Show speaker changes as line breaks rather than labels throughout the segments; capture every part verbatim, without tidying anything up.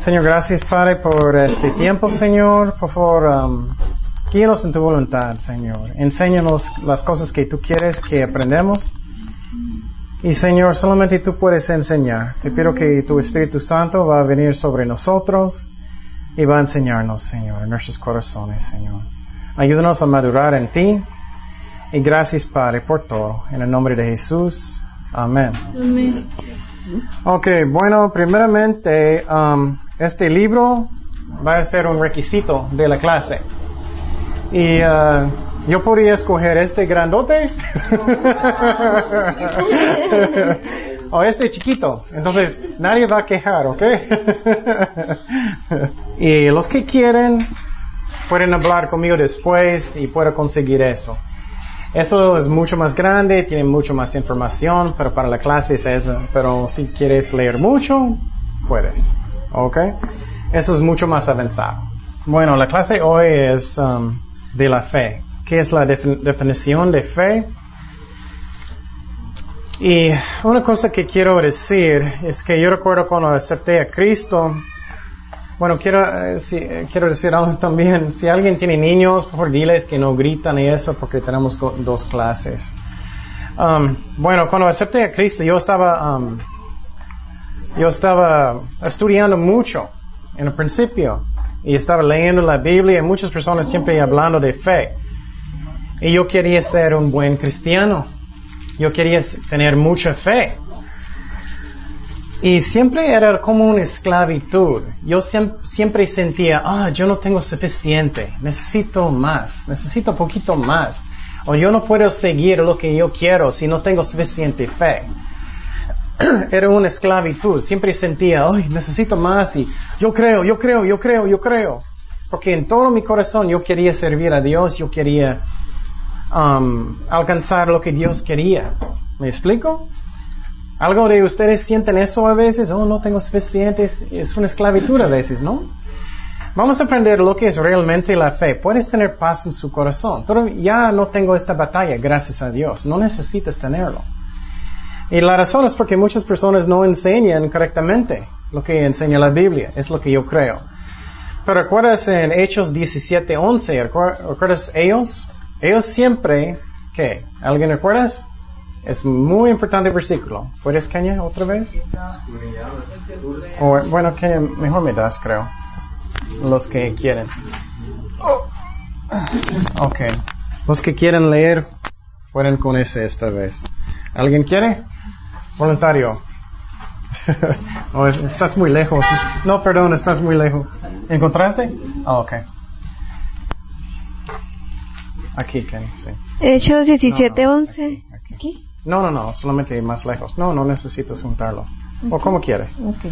Señor, gracias, Padre, por este tiempo, Señor. Por favor, um, guíanos en tu voluntad, Señor. Enséñanos las cosas que tú quieres que aprendamos. Y, Señor, solamente tú puedes enseñar. Te pido que tu Espíritu Santo va a venir sobre nosotros y va a enseñarnos, Señor, en nuestros corazones, Señor. Ayúdanos a madurar en ti. Y gracias, Padre, por todo. En el nombre de Jesús. Amén.
Amén.
Ok, bueno, primeramente, um, este libro va a ser un requisito de la clase. Y uh, yo podría escoger este grandote o este chiquito. Entonces, nadie va a quejar, ¿ok? Y los que quieren pueden hablar conmigo después y puedo conseguir eso. Eso es mucho más grande, tiene mucho más información, pero para la clase es eso. Pero si quieres leer mucho, puedes. ¿Ok? Eso es mucho más avanzado. Bueno, la clase hoy es um, de la fe. ¿Qué es la defin- definición de fe? Y una cosa que quiero decir es que yo recuerdo cuando acepté a Cristo. Bueno, quiero, eh, si, eh, quiero decir algo también. Si alguien tiene niños, por favor diles que no gritan y eso porque tenemos go- dos clases. Um, bueno, cuando acepté a Cristo, yo estaba, um, yo estaba estudiando mucho en el principio. Y estaba leyendo la Biblia y muchas personas siempre hablando de fe. Y yo quería ser un buen cristiano. Yo quería tener mucha fe. Y siempre era como una esclavitud. Yo siempre, siempre sentía, ah, yo no tengo suficiente, necesito más, necesito un poquito más. O yo no puedo seguir lo que yo quiero si no tengo suficiente fe. Era una esclavitud. Siempre sentía, ay, necesito más y yo creo, yo creo, yo creo, yo creo. Porque en todo mi corazón yo quería servir a Dios, yo quería um, alcanzar lo que Dios quería. ¿Me explico? ¿Algo de ustedes sienten eso a veces? Oh, no tengo suficiente. Es una esclavitud a veces, ¿no? Vamos a aprender lo que es realmente la fe. Puedes tener paz en su corazón. Pero ya no tengo esta batalla, gracias a Dios. No necesitas tenerlo. Y la razón es porque muchas personas no enseñan correctamente lo que enseña la Biblia. Es lo que yo creo. Pero ¿recuerdas en Hechos diecisiete once? ¿Recuerdas ellos? Ellos siempre, ¿qué? ¿Alguien recuerdas? Es muy importante el versículo. ¿Puedes, Kenia, otra vez? O, bueno, Kenia, mejor me das, creo. Los que quieren. Oh. Ok. Los que quieren leer, pueden con ese esta vez. ¿Alguien quiere? Voluntario. Oh, estás muy lejos. No, perdón, estás muy lejos. ¿Encontraste? Ah, oh, ok. Aquí, Kenia, sí.
Hechos diecisiete once.
No, no, aquí, aquí. No, no, no, solamente más lejos. No, no necesitas juntarlo. Okay. O como quieres.
Okay.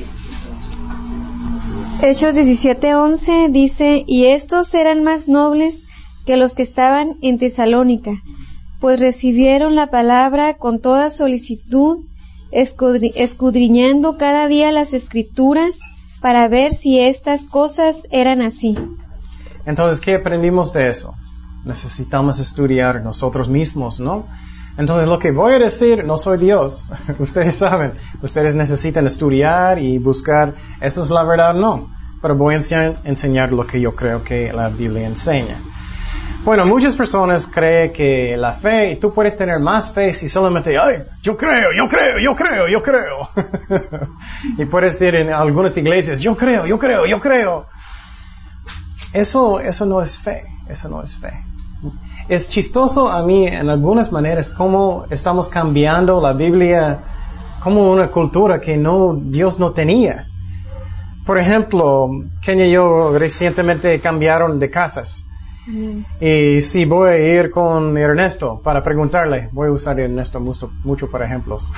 Hechos diecisiete once dice, y estos eran más nobles que los que estaban en Tesalónica, pues recibieron la palabra con toda solicitud, escudri- escudriñando cada día las Escrituras para ver si estas cosas eran así.
Entonces, ¿qué aprendimos de eso? Necesitamos estudiar nosotros mismos, ¿no? Entonces, lo que voy a decir, no soy Dios. Ustedes saben, ustedes necesitan estudiar y buscar, eso es la verdad, no. Pero voy a enseñar, enseñar lo que yo creo que la Biblia enseña. Bueno, muchas personas creen que la fe, y tú puedes tener más fe si solamente, ay, yo creo, yo creo, yo creo, yo creo. Y puedes decir en algunas iglesias, yo creo, yo creo, yo creo. Eso, eso no es fe, eso no es fe. Es chistoso a mí en algunas maneras cómo estamos cambiando la Biblia como una cultura que no, Dios no tenía. Por ejemplo, Kenia y yo recientemente cambiaron de casas. Yes. Y si voy a ir con Ernesto para preguntarle, voy a usar Ernesto mucho, mucho para ejemplos.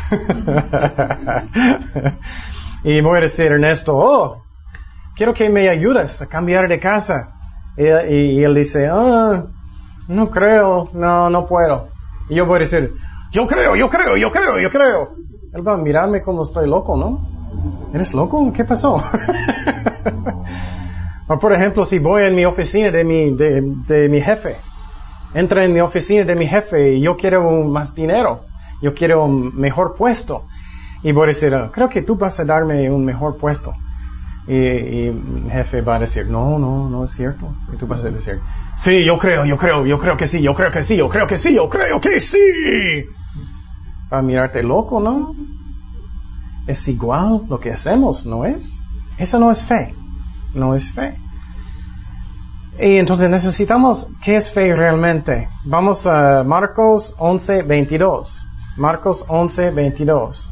Y voy a decir, Ernesto, oh, quiero que me ayudes a cambiar de casa. Y, y, y él dice, ah, no creo, no, no puedo. Y yo voy a decir, yo creo, yo creo, yo creo, yo creo. Él va a mirarme como estoy loco, ¿no? ¿Eres loco? ¿Qué pasó? O por ejemplo, si voy en mi oficina de mi, de, de mi jefe, entra en mi oficina de mi jefe y yo quiero un, más dinero, yo quiero un mejor puesto. Y voy a decir, creo que tú vas a darme un mejor puesto. Y, y el jefe va a decir, no, no, no es cierto. Y tú vas a decir, sí, yo creo, yo creo, yo creo que sí, yo creo que sí, yo creo que sí, yo creo que sí. Va a mirarte loco, ¿no? Es igual lo que hacemos, ¿no es? Eso no es fe. No es fe. Y entonces necesitamos, ¿qué es fe realmente? Vamos a Marcos once veintidós. Marcos once veintidós.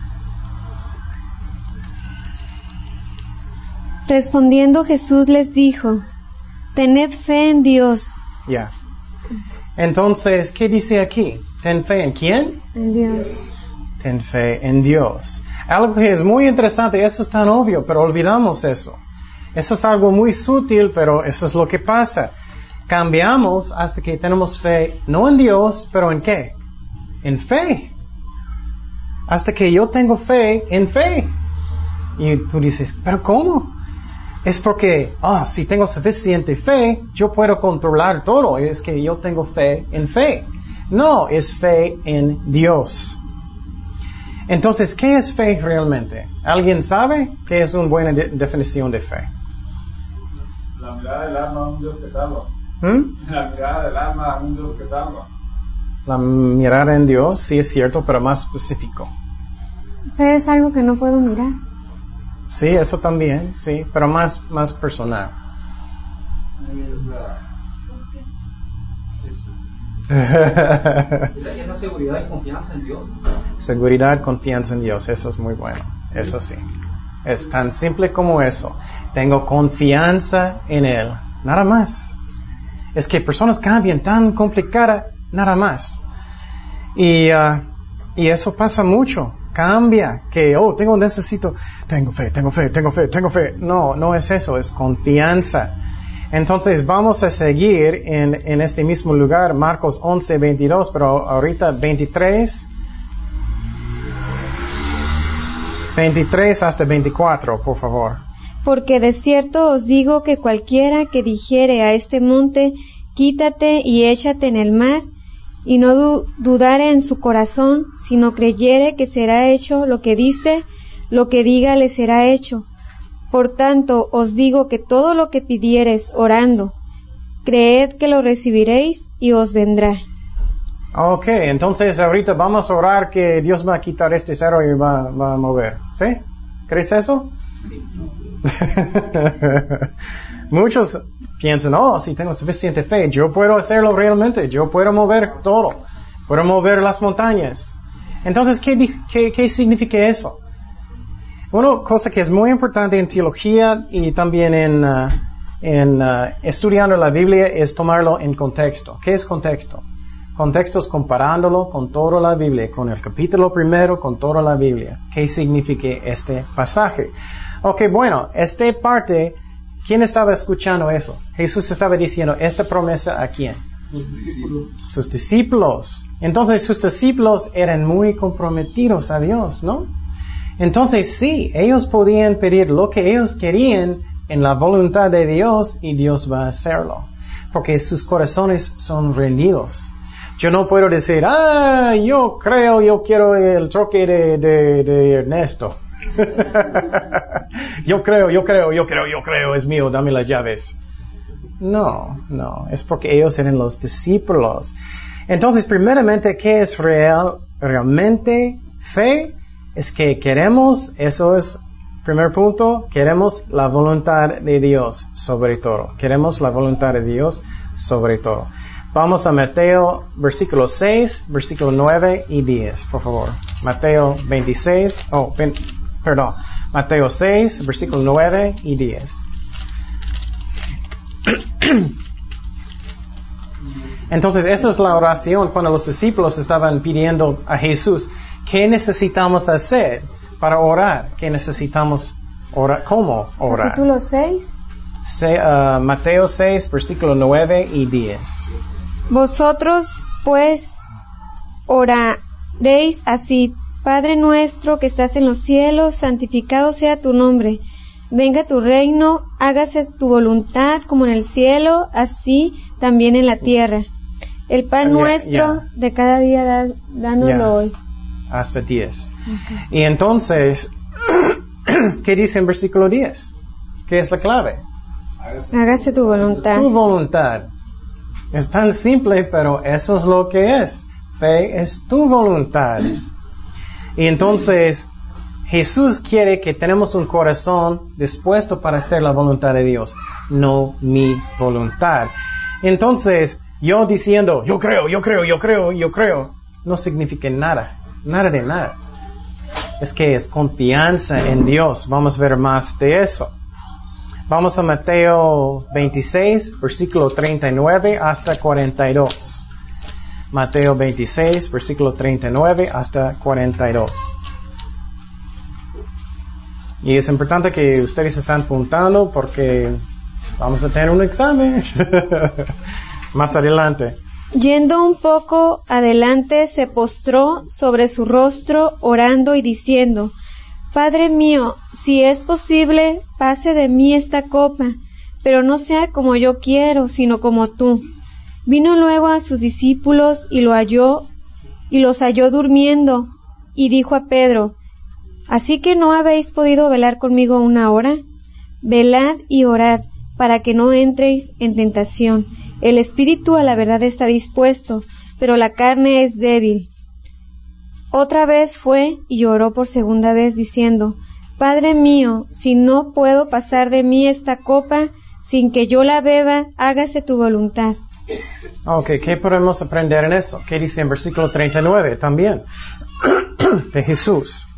Respondiendo Jesús les dijo, tened fe en Dios.
Ya. Yeah. Entonces, ¿qué dice aquí? ¿Ten fe en quién?
En Dios.
Ten fe en Dios. Algo que es muy interesante, eso es tan obvio, pero olvidamos eso. Eso es algo muy sutil, pero eso es lo que pasa. Cambiamos hasta que tenemos fe, no en Dios, pero ¿en qué? En fe. Hasta que yo tengo fe en fe. Y tú dices, ¿pero cómo? Es porque, ah, oh, si tengo suficiente fe, yo puedo controlar todo. Es que yo tengo fe en fe. No, es fe en Dios. Entonces, ¿qué es fe realmente? ¿Alguien sabe qué es una buena de- definición de fe?
La mirada del alma a un Dios que salva.
¿Mm?
La mirada del alma a un Dios que salva.
La mirada en Dios, sí es cierto, pero más específico.
Fe es algo que no puedo mirar.
Sí, eso también, sí, pero más, más personal.
Es la,
Es la seguridad y confianza en Dios.
Seguridad, confianza en Dios, eso es muy bueno, eso sí. Es tan simple como eso. Tengo confianza en Él, nada más. Es que personas cambian tan complicada, nada más. Y, uh, y eso pasa mucho. Cambia, que, oh, tengo, necesito, tengo fe, tengo fe, tengo fe, tengo fe. No, no es eso, es confianza. Entonces vamos a seguir en, en este mismo lugar, Marcos once veintidós, pero ahorita veintitrés, veintitrés hasta veinticuatro, por favor.
Porque de cierto os digo que cualquiera que dijere a este monte, quítate y échate en el mar, y no du- dudare en su corazón, sino creyere que será hecho lo que dice, lo que diga le será hecho. Por tanto, os digo que todo lo que pidiereis orando, creed que lo recibiréis y os vendrá.
Ok, entonces ahorita vamos a orar que Dios va a quitar este cero y va, va a mover. ¿Sí? ¿Crees eso? Muchos piensan, oh, si tengo suficiente fe, yo puedo hacerlo realmente, yo puedo mover todo, puedo mover las montañas. Entonces, ¿qué, qué, qué significa eso? Una cosa que es muy importante en teología y también en, uh, en uh, estudiando la Biblia es tomarlo en contexto. ¿Qué es contexto? Contexto es comparándolo con toda la Biblia, con el capítulo primero, con toda la Biblia. ¿Qué significa este pasaje? Ok, bueno, esta parte, ¿quién estaba escuchando eso? Jesús estaba diciendo esta promesa a quién?
sus discípulos.
Sus discípulos. Entonces sus discípulos eran muy comprometidos a Dios, ¿no? Entonces sí, ellos podían pedir lo que ellos querían en la voluntad de Dios y Dios va a hacerlo. Porque sus corazones son rendidos. Yo no puedo decir, ah, yo creo, yo quiero el troque de, de, de Ernesto. yo creo, yo creo, yo creo, yo creo, es mío, dame las llaves. No, no, es porque ellos eran los discípulos. Entonces, primeramente, ¿qué es real, realmente fe? Es que queremos, eso es primer punto, queremos la voluntad de Dios sobre todo. Queremos la voluntad de Dios sobre todo. Vamos a Mateo, versículo seis, versículo nueve y diez, por favor. Mateo veintiséis, oh, ven, perdón, Mateo seis, versículo nueve y diez. Entonces, esa es la oración cuando los discípulos estaban pidiendo a Jesús, ¿qué necesitamos hacer para orar? ¿Qué necesitamos orar? ¿Cómo orar?
Capítulo seis.
Se, uh, Mateo seis, versículo nueve y diez.
Vosotros, pues, oraréis así: Padre nuestro que estás en los cielos, santificado sea tu nombre. Venga tu reino, hágase tu voluntad como en el cielo, así también en la tierra. El pan
Ya,
nuestro
ya.
de cada día, da, dánoslo
Ya.
hoy.
Hasta diez. Y entonces, ¿qué dice en versículo diez? ¿Qué es la clave?
Hágase tu voluntad.
Tu voluntad. Es tan simple, pero eso es lo que es. Fe es tu voluntad. Y entonces, Jesús quiere que tenemos un corazón dispuesto para hacer la voluntad de Dios, no mi voluntad. Entonces, yo diciendo, yo creo, yo creo, yo creo, yo creo, no significa nada, nada de nada. Es que es confianza en Dios. Vamos a ver más de eso. Vamos a Mateo veintiséis, versículo treinta y nueve hasta cuarenta y dos. Mateo veintiséis, versículo treinta y nueve hasta cuarenta y dos. Y es importante que ustedes están apuntando porque vamos a tener un examen más adelante.
Yendo un poco adelante, se postró sobre su rostro, orando y diciendo, Padre mío, si es posible, pase de mí esta copa, pero no sea como yo quiero, sino como tú. Vino luego a sus discípulos y lo halló, y los halló durmiendo, y dijo a Pedro, ¿así que no habéis podido velar conmigo una hora? Velad y orad, para que no entréis en tentación. El espíritu a la verdad está dispuesto, pero la carne es débil. Otra vez fue y oró por segunda vez, diciendo, Padre mío, si no puedo pasar de mí esta copa, sin que yo la beba, hágase tu voluntad.
Ok, ¿qué podemos aprender en eso? ¿Qué dice en versículo treinta y nueve también? De Jesús.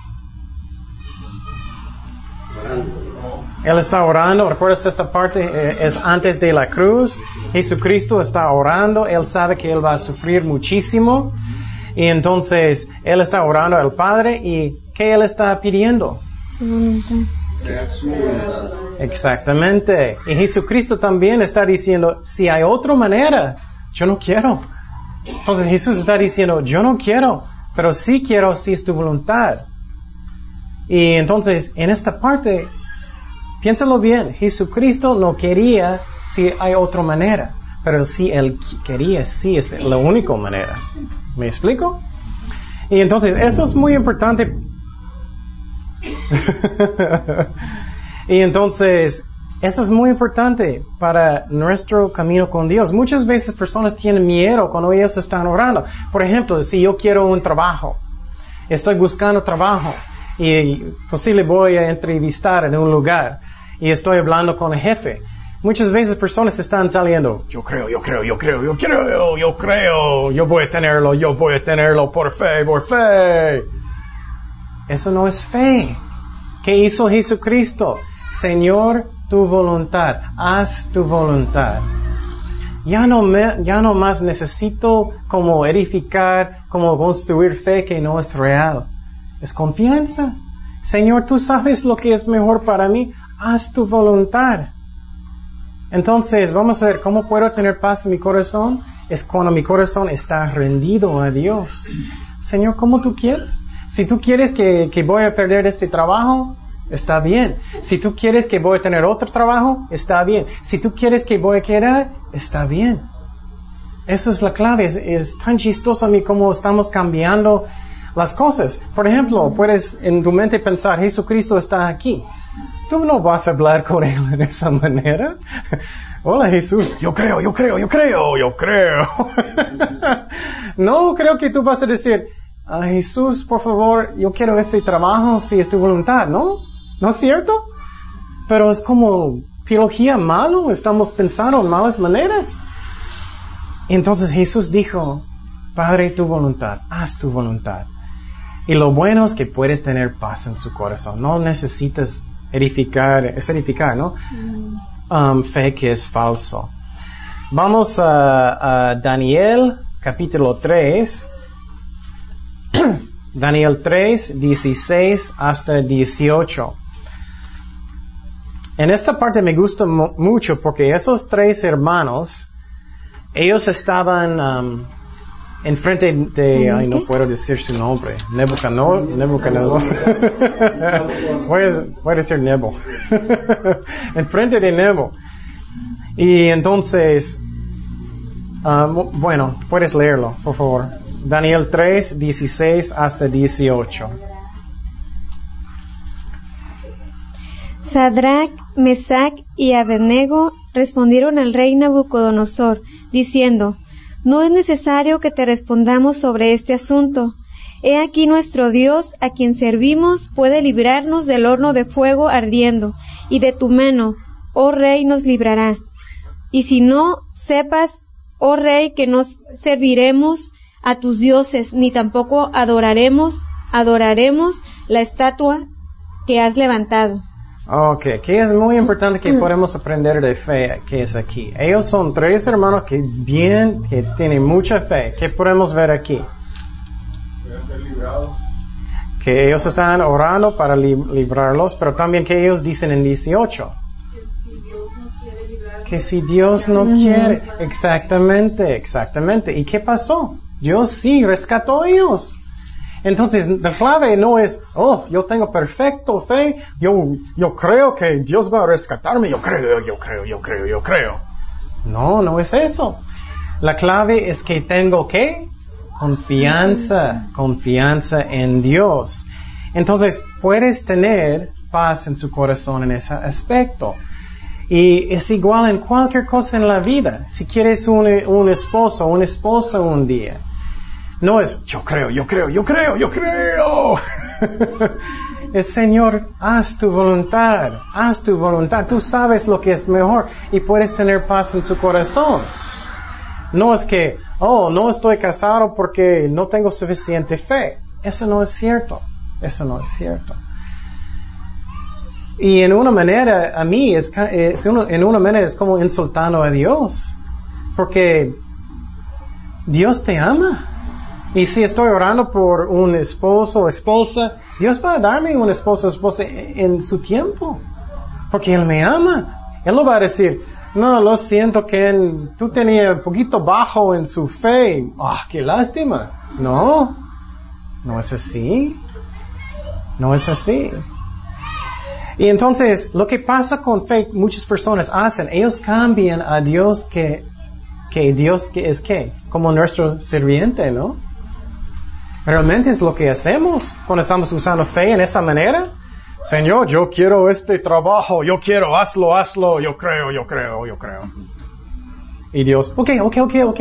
Él está orando, ¿recuerdas esta parte? Eh, es antes de la cruz. Jesucristo está orando, Él sabe que Él va a sufrir muchísimo. Y entonces, Él está orando al Padre y ¿qué Él está pidiendo?
Su voluntad.
Sea su voluntad.
Exactamente. Y Jesucristo también está diciendo, si hay otra manera, yo no quiero. Entonces Jesús está diciendo, yo no quiero, pero sí quiero si es tu voluntad. Y entonces, en esta parte, piénsalo bien, Jesucristo no quería si hay otra manera, pero si Él quería, sí es la única manera. ¿Me explico? Y entonces, eso es muy importante. Y entonces, eso es muy importante para nuestro camino con Dios. Muchas veces personas tienen miedo cuando ellos están orando. Por ejemplo, si yo quiero un trabajo, estoy buscando trabajo y posible voy a entrevistar en un lugar y estoy hablando con el jefe. Muchas veces personas están saliendo, yo creo, yo creo, yo creo, yo creo, yo creo, yo voy a tenerlo, yo voy a tenerlo por fe, por fe. Eso no es fe. ¿Qué hizo Jesucristo? Señor, tu voluntad, haz tu voluntad. Ya no, me, ya no más necesito como edificar, como construir fe que no es real. Es confianza. Señor, tú sabes lo que es mejor para mí, haz tu voluntad. Entonces, vamos a ver, ¿cómo puedo tener paz en mi corazón? Es cuando mi corazón está rendido a Dios. Señor, ¿cómo tú quieres? Si tú quieres que, que voy a perder este trabajo, está bien. Si tú quieres que voy a tener otro trabajo, está bien. Si tú quieres que voy a quedar, está bien. Eso es la clave. Es, es tan chistoso a mí cómo estamos cambiando las cosas. Por ejemplo, puedes en tu mente pensar, Jesucristo está aquí. Tú no vas a hablar con Él de esa manera. Hola Jesús, yo creo, yo creo, yo creo, yo creo. No, creo que tú vas a decir, ah, Jesús, por favor, yo quiero este trabajo si es tu voluntad, ¿no? ¿No es cierto? Pero es como teología malo, estamos pensando en malas maneras. Entonces Jesús dijo, Padre, tu voluntad, haz tu voluntad. Y lo bueno es que puedes tener paz en su corazón. No necesitas edificar, es edificar, ¿no? Mm. Um, fe que es falso. Vamos a, a Daniel, capítulo tres. Daniel tres, dieciséis hasta dieciocho. En esta parte me gusta mo- mucho porque esos tres hermanos, ellos estaban um, enfrente de, ay, no puedo decir su nombre, Nebuchadnezzar, Nebuchadnezzar. voy, a, voy a decir Nebo. Enfrente de Nebo. Y entonces, uh, bueno, puedes leerlo, por favor. Daniel tres, dieciséis hasta dieciocho.
Sadrach, Mesach y Abednego respondieron al rey Nabucodonosor, diciendo: No es necesario que te respondamos sobre este asunto. He aquí nuestro Dios, a quien servimos, puede librarnos del horno de fuego ardiendo, y de tu mano, oh rey, nos librará. Y si no, sepas, oh rey, que no serviremos a tus dioses, ni tampoco adoraremos, adoraremos la estatua que has levantado.
Ok, que es muy importante que podemos aprender de fe que es aquí. Ellos son tres hermanos que bien, que tienen mucha fe. ¿Qué podemos ver aquí? Que ellos están orando para li- librarlos, pero también que ellos dicen en dieciocho. Que si Dios no quiere. Exactamente, exactamente. ¿Y qué pasó? Dios sí rescató a ellos. Entonces, la clave no es, oh, yo tengo perfecto fe, yo, yo creo que Dios va a rescatarme, yo creo, yo creo, yo creo, yo creo. No, no es eso. La clave es que tengo, ¿qué? Confianza, confianza en Dios. Entonces, puedes tener paz en su corazón en ese aspecto. Y es igual en cualquier cosa en la vida. Si quieres un, un esposo, una esposa un día, no es, yo creo, yo creo, yo creo, yo creo. Es, Señor, haz tu voluntad, haz tu voluntad. Tú sabes lo que es mejor y puedes tener paz en su corazón. No es que, oh, no estoy casado porque no tengo suficiente fe. Eso no es cierto. Eso no es cierto. Y en una manera, a mí, es, es uno, en una manera es como insultando a Dios. Porque Dios te ama. Y si estoy orando por un esposo o esposa, Dios va a darme un esposo o esposa en su tiempo. Porque Él me ama. Él no va a decir, no, lo siento que él, tú tenías un poquito bajo en su fe. Ah, qué lástima. No, no es así. No es así. Y entonces, lo que pasa con fe, muchas personas hacen, ellos cambian a Dios que, que Dios que es que, como nuestro sirviente, ¿no? Realmente es lo que hacemos cuando estamos usando fe en esa manera. Señor, yo quiero este trabajo, yo quiero, hazlo, hazlo, yo creo, yo creo, yo creo. Y Dios, ok, ok, ok, ok.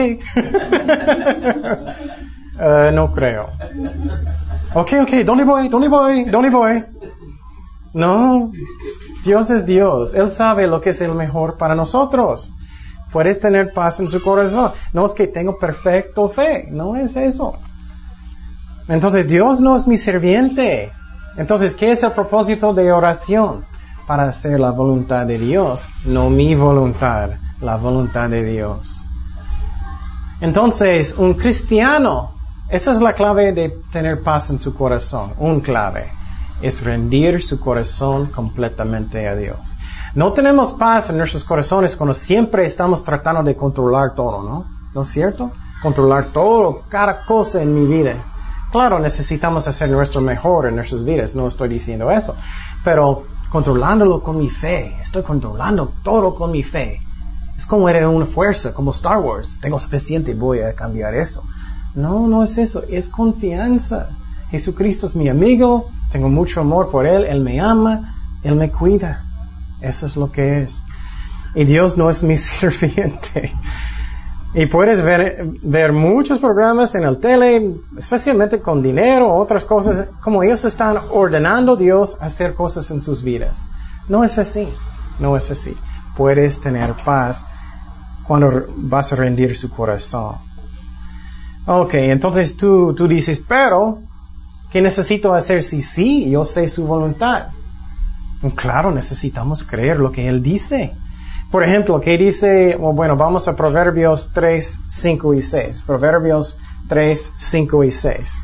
uh, no creo. Ok, ok, ¿dónde voy? ¿Dónde voy? ¿Dónde voy? No, Dios es Dios. Él sabe lo que es el mejor para nosotros. Puedes tener paz en su corazón. No es que tengo perfecto fe, no es eso. Entonces, Dios no es mi sirviente. Entonces, ¿qué es el propósito de oración? Para hacer la voluntad de Dios, no mi voluntad, la voluntad de Dios. Entonces, un cristiano, esa es la clave de tener paz en su corazón, un clave, es rendir su corazón completamente a Dios. No tenemos paz en nuestros corazones cuando siempre estamos tratando de controlar todo, ¿no? ¿No es cierto? Controlar todo, cada cosa en mi vida. Claro, necesitamos hacer nuestro mejor en nuestras vidas, no estoy diciendo eso, pero controlándolo con mi fe, estoy controlando todo con mi fe. Es como era una fuerza, como Star Wars, tengo suficiente, voy a cambiar eso. No, no es eso, es confianza. Jesucristo es mi amigo, tengo mucho amor por Él, Él me ama, Él me cuida. Eso es lo que es. Y Dios no es mi sirviente. Y puedes ver, ver muchos programas en el tele, especialmente con dinero o otras cosas, como ellos están ordenando a Dios a hacer cosas en sus vidas. No es así, no es así. Puedes tener paz cuando vas a rendir su corazón. Ok, entonces tú, tú dices, pero, ¿qué necesito hacer si sí, yo sé su voluntad? Claro, necesitamos creer lo que Él dice. Por ejemplo, ¿qué dice? Bueno, vamos a Proverbios tres, cinco y seis. Proverbios tres, cinco y seis.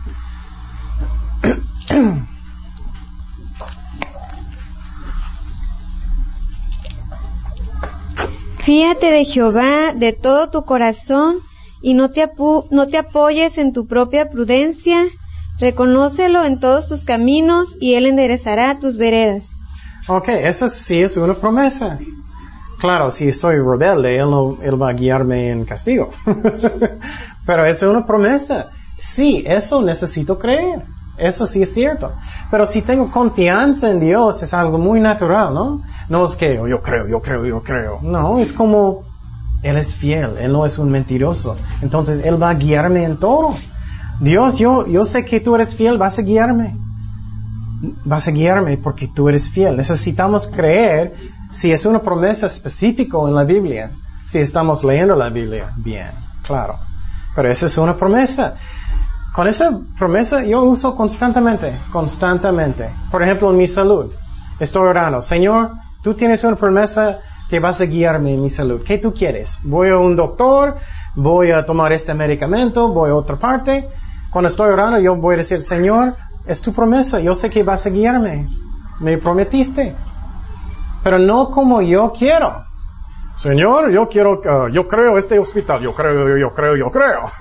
Fíate de Jehová de todo tu corazón y no te, apu- no te apoyes en tu propia prudencia. Reconócelo en todos tus caminos y Él enderezará tus veredas.
Ok, eso sí es una promesa. Claro, si soy rebelde, Él, no, él va a guiarme en castigo. Pero es una promesa. Sí, eso necesito creer. Eso sí es cierto. Pero si tengo confianza en Dios, es algo muy natural, ¿no? No es que oh, yo creo, yo creo, yo creo. No, es como Él es fiel, Él no es un mentiroso. Entonces Él va a guiarme en todo. Dios, yo, yo sé que tú eres fiel, vas a guiarme. Vas a guiarme porque tú eres fiel. Necesitamos creer si es una promesa específica en la Biblia. Si estamos leyendo la Biblia, bien, claro. Pero esa es una promesa. Con esa promesa yo uso constantemente, constantemente. Por ejemplo, en mi salud. Estoy orando. Señor, tú tienes una promesa que vas a guiarme en mi salud. ¿Qué tú quieres? Voy a un doctor, voy a tomar este medicamento, voy a otra parte. Cuando estoy orando, yo voy a decir, Señor, es tu promesa. Yo sé que vas a guiarme. Me prometiste. Pero no como yo quiero. Señor, yo quiero, uh, yo creo este hospital, yo creo, yo creo, yo creo.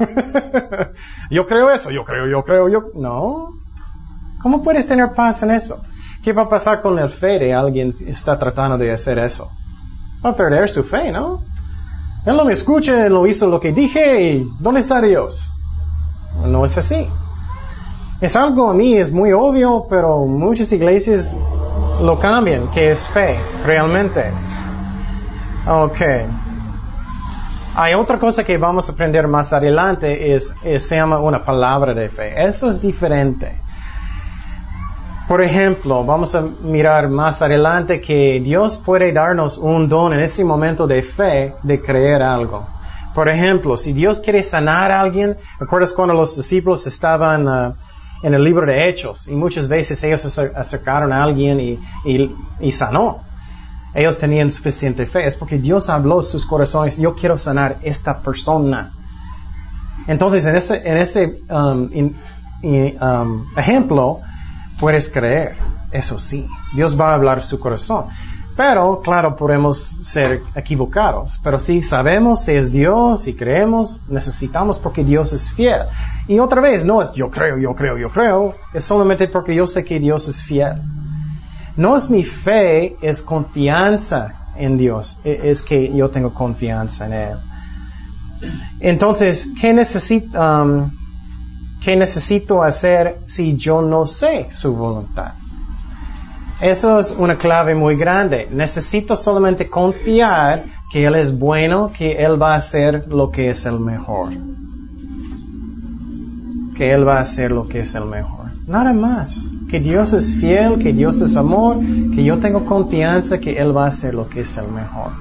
Yo creo eso, yo creo, yo creo, yo... No. ¿Cómo puedes tener paz en eso? ¿Qué va a pasar con la fe de alguien que está tratando de hacer eso? Va a perder su fe, ¿no? Él no me escucha, él no hizo lo que dije, y ¿dónde está Dios? No es así. Es algo a mí, es muy obvio, pero muchas iglesias lo cambian, que es fe, realmente. Okay. Hay otra cosa que vamos a aprender más adelante, es, es, se llama una palabra de fe. Eso es diferente. Por ejemplo, vamos a mirar más adelante que Dios puede darnos un don en ese momento de fe, de creer algo. Por ejemplo, si Dios quiere sanar a alguien, ¿recuerdas cuando los discípulos estaban uh, en el libro de Hechos? Y muchas veces ellos se acercaron a alguien y, y, y sanó. Ellos tenían suficiente fe. Es porque Dios habló a sus corazones. Yo quiero sanar esta persona. Entonces, en ese, en ese um, in, in, um, ejemplo, puedes creer. Eso sí. Dios va a hablar a su corazón. Pero, claro, podemos ser equivocados. Pero si sabemos si es Dios y creemos, necesitamos porque Dios es fiel. Y otra vez, no es yo creo, yo creo, yo creo. Es solamente porque yo sé que Dios es fiel. No es mi fe, es confianza en Dios. Es que yo tengo confianza en Él. Entonces, ¿qué necesito, um, ¿qué necesito hacer si yo no sé su voluntad? Eso es una clave muy grande. Necesito solamente confiar que Él es bueno, que Él va a hacer lo que es el mejor. Que Él va a hacer lo que es el mejor. Nada más. Que Dios es fiel, que Dios es amor, que yo tengo confianza que Él va a hacer lo que es el mejor.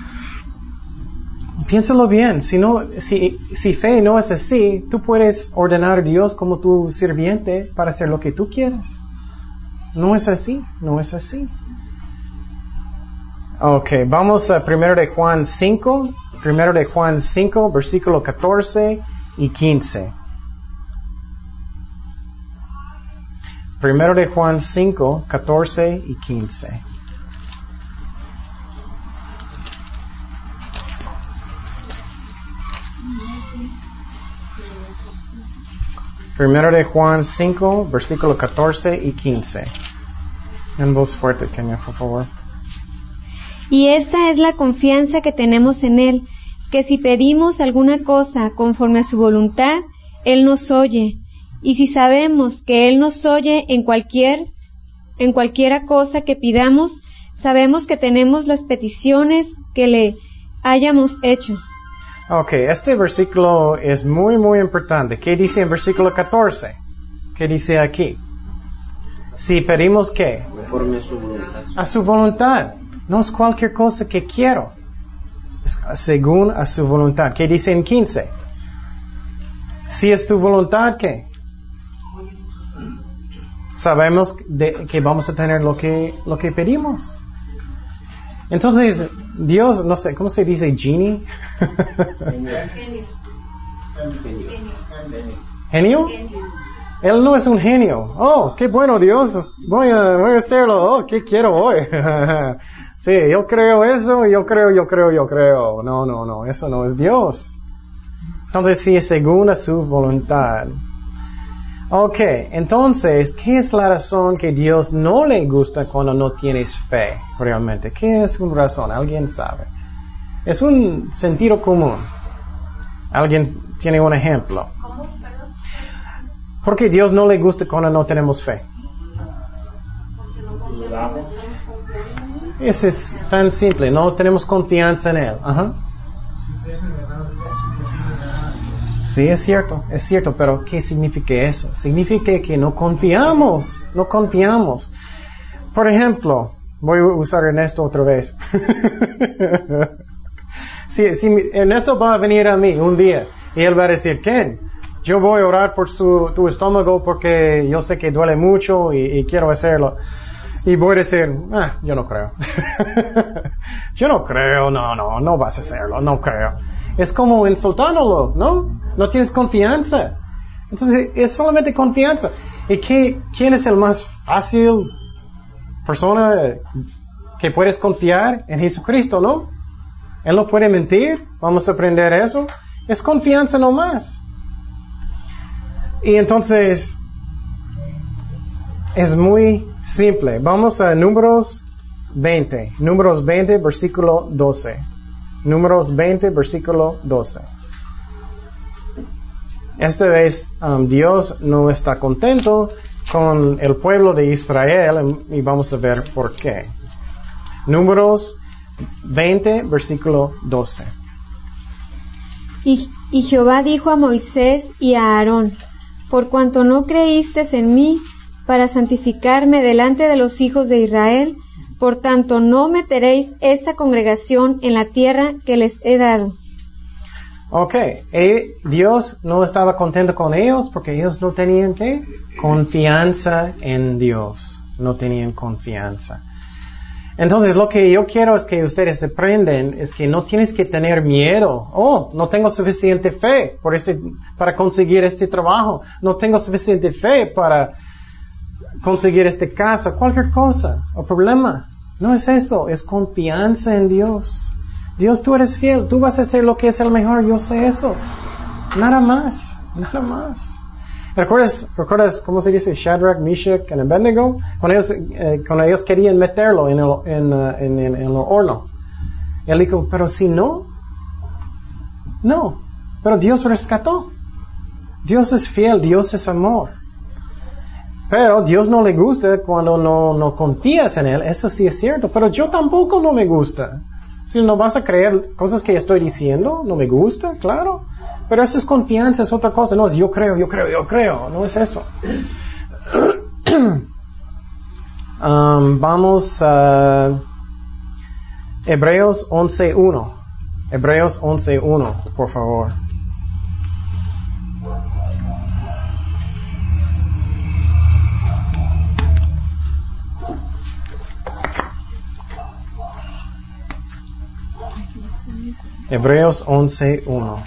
Piénsalo bien. Si no, si, si fe no es así, tú puedes ordenar a Dios como tu sirviente para hacer lo que tú quieres. No es así, no es así. Ok, vamos a primero de Juan cinco, primero de Juan cinco, versículo catorce y quince. Primero de Juan cinco, catorce y quince. Primero de Juan cinco, versículo catorce y quince. En voz fuerte, Kenia, por favor.
Y esta es la confianza que tenemos en Él, que si pedimos alguna cosa conforme a su voluntad, Él nos oye. Y si sabemos que Él nos oye en cualquier, en cualquiera cosa que pidamos, sabemos que tenemos las peticiones que le hayamos hecho.
Ok, este versículo es muy, muy importante. ¿Qué dice en versículo catorce? ¿Qué dice aquí? Si pedimos ¿qué?
Conforme a su voluntad.
A su voluntad. No es cualquier cosa que quiero. Es según a su voluntad. ¿Qué dice en quince? Si es tu voluntad, ¿qué? Sabemos de, que vamos a tener lo que, lo que pedimos. Entonces, Dios, no sé, ¿cómo se dice genie? ¿Genio? Él no es un genio. Oh, qué bueno Dios, voy a, voy a hacerlo. Oh, ¿qué quiero hoy? Sí, yo creo eso, yo creo, yo creo, yo creo. No, no, no, eso no es Dios. Entonces, sí, es según a su voluntad. Ok, entonces, ¿qué es la razón que Dios no le gusta cuando no tienes fe realmente? ¿Qué es una razón? ¿Alguien sabe? Es un sentido común. ¿Alguien tiene un ejemplo? ¿Por qué Dios no le gusta cuando no tenemos fe? Eso es tan simple, no tenemos confianza en Él. Ajá. Sí, es cierto, es cierto, pero ¿qué significa eso? Significa que no confiamos, no confiamos. Por ejemplo, voy a usar Ernesto otra vez. Si, si Ernesto va a venir a mí un día y él va a decir, Ken, yo voy a orar por su, tu estómago porque yo sé que duele mucho y, y quiero hacerlo. Y voy a decir, ah, yo no creo. Yo no creo, no, no, no vas a hacerlo, no creo. Es como insultándolo, ¿no? No tienes confianza. Entonces, es solamente confianza. ¿Y qué, quién es el más fácil persona que puedes confiar? En Jesucristo, ¿no? Él no puede mentir. Vamos a aprender eso. Es confianza nomás. Y entonces, es muy simple. Vamos a Números veinte. Números veinte, versículo doce. Números veinte, versículo doce. Esta vez um, Dios no está contento con el pueblo de Israel y vamos a ver por qué. Números veinte, versículo doce.
Y, y Jehová dijo a Moisés y a Aarón, por cuanto no creísteis en mí para santificarme delante de los hijos de Israel, por tanto no meteréis esta congregación en la tierra que les he dado.
Ok, y Dios no estaba contento con ellos porque ellos no tenían ¿qué? Confianza en Dios. No tenían confianza. Entonces lo que yo quiero es que ustedes aprendan es que no tienes que tener miedo. Oh, no tengo suficiente fe por este, para conseguir este trabajo. No tengo suficiente fe para conseguir esta casa, cualquier cosa o problema. No es eso, es confianza en Dios. Dios, tú eres fiel, tú vas a hacer lo que es el mejor, yo sé eso. Nada más, nada más. ¿Recuerdas, recuerdas cómo se dice Shadrach, Meshach y Abednego? Cuando ellos, eh, cuando ellos querían meterlo en el, en, uh, en, en, en el horno. Él dijo, pero si no, no. Pero Dios rescató. Dios es fiel, Dios es amor. Pero Dios no le gusta cuando no, no confías en Él, eso sí es cierto, pero yo tampoco no me gusta. Si no vas a creer cosas que estoy diciendo, no me gusta, claro. Pero eso es confianza, es otra cosa, no es yo creo, yo creo, yo creo, no es eso. um, vamos a Hebreos once uno. Hebreos once uno, por favor. Hebreos once uno.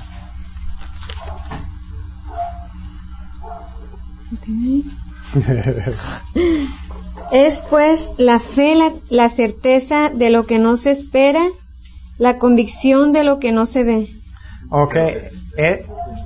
Es pues la fe la, la certeza de lo que no se espera, la convicción de lo que no se ve.
Okay. Eh.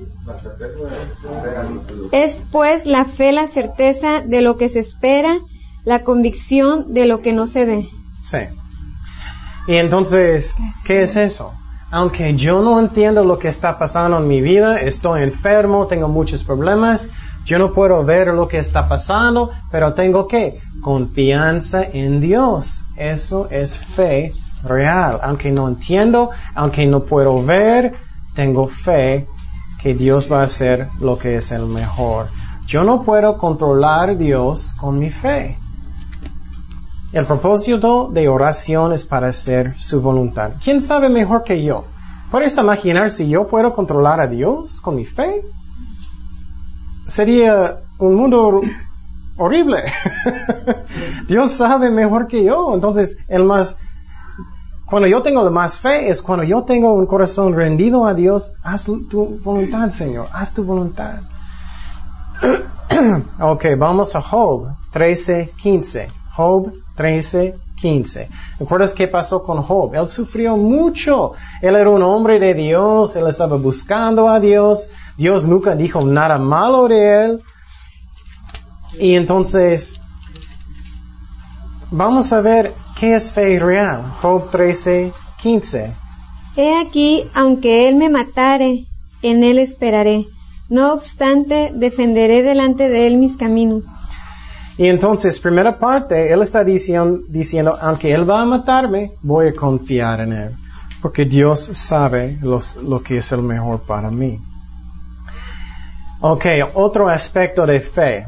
Es pues la fe la certeza de lo que se espera, la convicción de lo que no se ve.
Sí. Y entonces, ¿qué es eso? Aunque yo no entiendo lo que está pasando en mi vida, estoy enfermo, tengo muchos problemas, yo no puedo ver lo que está pasando, pero tengo que confianza en Dios. Eso es fe real. Aunque no entiendo, aunque no puedo ver, tengo fe que Dios va a hacer lo que es el mejor. Yo no puedo controlar a Dios con mi fe. El propósito de oración es para hacer su voluntad. ¿Quién sabe mejor que yo? ¿Puedes imaginar si yo puedo controlar a Dios con mi fe? Sería un mundo horrible. Dios sabe mejor que yo. Entonces, el más, cuando yo tengo la más fe es cuando yo tengo un corazón rendido a Dios. Haz tu voluntad, Señor. Haz tu voluntad. Ok, vamos a Job trece quince. Job trece quince. ¿Recuerdas qué pasó con Job? Él sufrió mucho. Él era un hombre de Dios. Él estaba buscando a Dios. Dios nunca dijo nada malo de él. Y entonces, vamos a ver qué es fe real. Job trece quince.
He aquí, aunque él me matare, en él esperaré. No obstante, defenderé delante de él mis caminos.
Y entonces, primera parte, él está diciendo, diciendo, aunque él va a matarme, voy a confiar en él. Porque Dios sabe los, lo que es el mejor para mí. Ok, otro aspecto de fe.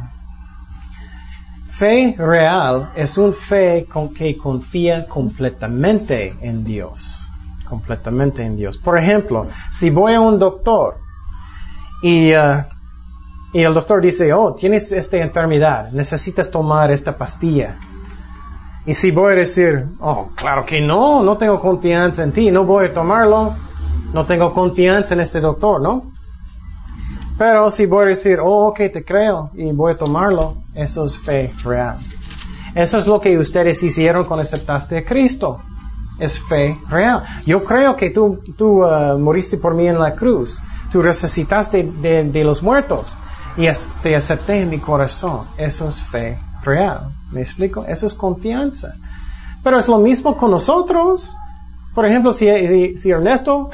Fe real es un fe con que confía completamente en Dios. Completamente en Dios. Por ejemplo, si voy a un doctor y... Uh, Y el doctor dice, oh, tienes esta enfermedad, necesitas tomar esta pastilla. Y si voy a decir, oh, claro que no, no tengo confianza en ti, no voy a tomarlo, no tengo confianza en este doctor, ¿no? Pero si voy a decir, oh, ok, te creo, y voy a tomarlo, eso es fe real. Eso es lo que ustedes hicieron cuando aceptaste a Cristo. Es fe real. Yo creo que tú, tú uh, moriste por mí en la cruz. Tú resucitaste de, de los muertos. Y te acepté en mi corazón. Eso es fe real. ¿Me explico? Eso es confianza. Pero es lo mismo con nosotros. Por ejemplo, si, si, si Ernesto,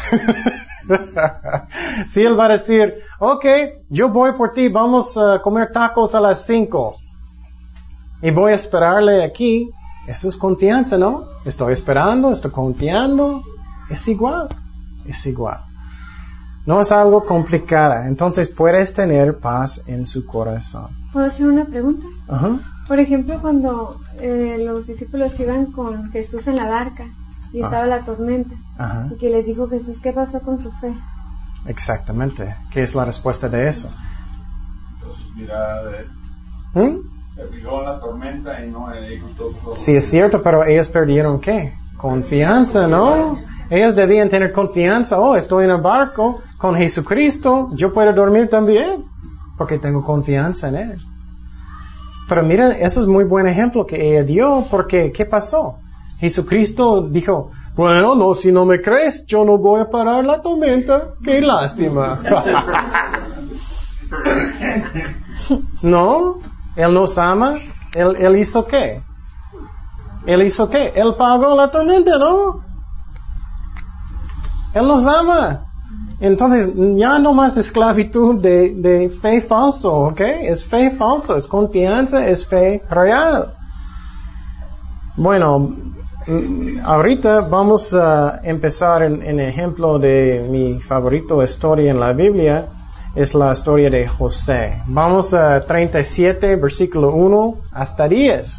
si él va a decir, ok, yo voy por ti, vamos a comer tacos a las cinco. Y voy a esperarle aquí. Eso es confianza, ¿no? Estoy esperando, estoy confiando. Es igual. Es igual. No es algo complicado. Entonces puedes tener paz en su corazón.
¿Puedo hacer una pregunta?
Uh-huh.
Por ejemplo, cuando eh, los discípulos iban con Jesús en la barca y estaba uh-huh. la tormenta, uh-huh. y que les dijo Jesús, ¿qué pasó con su fe?
Exactamente. ¿Qué es la respuesta de eso?
Pues mira, de...
¿Mm?
se fijó en la tormenta y no le gustó.
Sí, es cierto, pero ellos perdieron ¿qué? Confianza, ¿no? Ellos debían tener confianza. Oh, estoy en el barco con Jesucristo. Yo puedo dormir también. Porque tengo confianza en Él. Pero mira, eso es muy buen ejemplo que ella dio. Porque, ¿qué pasó? Jesucristo dijo, bueno, no, si no me crees, yo no voy a parar la tormenta. ¡Qué lástima! ¿No? Él nos ama. ¿Él, él hizo qué? ¿Él hizo qué? Él pagó la tormenta, ¿no? Él nos ama. Entonces, ya no más esclavitud de, de fe falso, ¿ok? Es fe falso, es confianza, es fe real. Bueno, ahorita vamos a empezar en, en ejemplo de mi favorito historia en la Biblia. Es la historia de José. Vamos a treinta y siete, versículo uno hasta diez.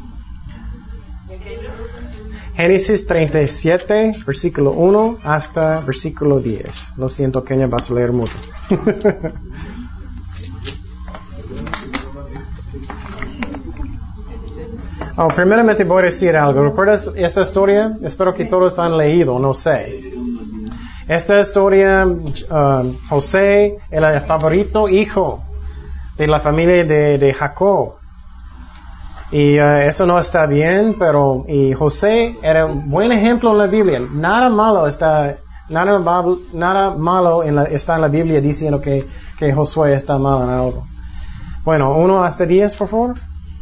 Génesis treinta y siete, versículo uno hasta versículo diez. Lo siento, Kenia, vas a leer mucho. oh, primeramente voy a decir algo. ¿Recuerdas esta historia? Espero que todos han leído, no sé. Esta historia, uh, José era el favorito hijo de la familia de, de Jacob. Y uh, eso no está bien, pero y José era un buen ejemplo en la Biblia. Nada malo está, nada, nada malo en la, está en la Biblia diciendo que, que Josué está mal en algo. Bueno, uno hasta diez, por favor.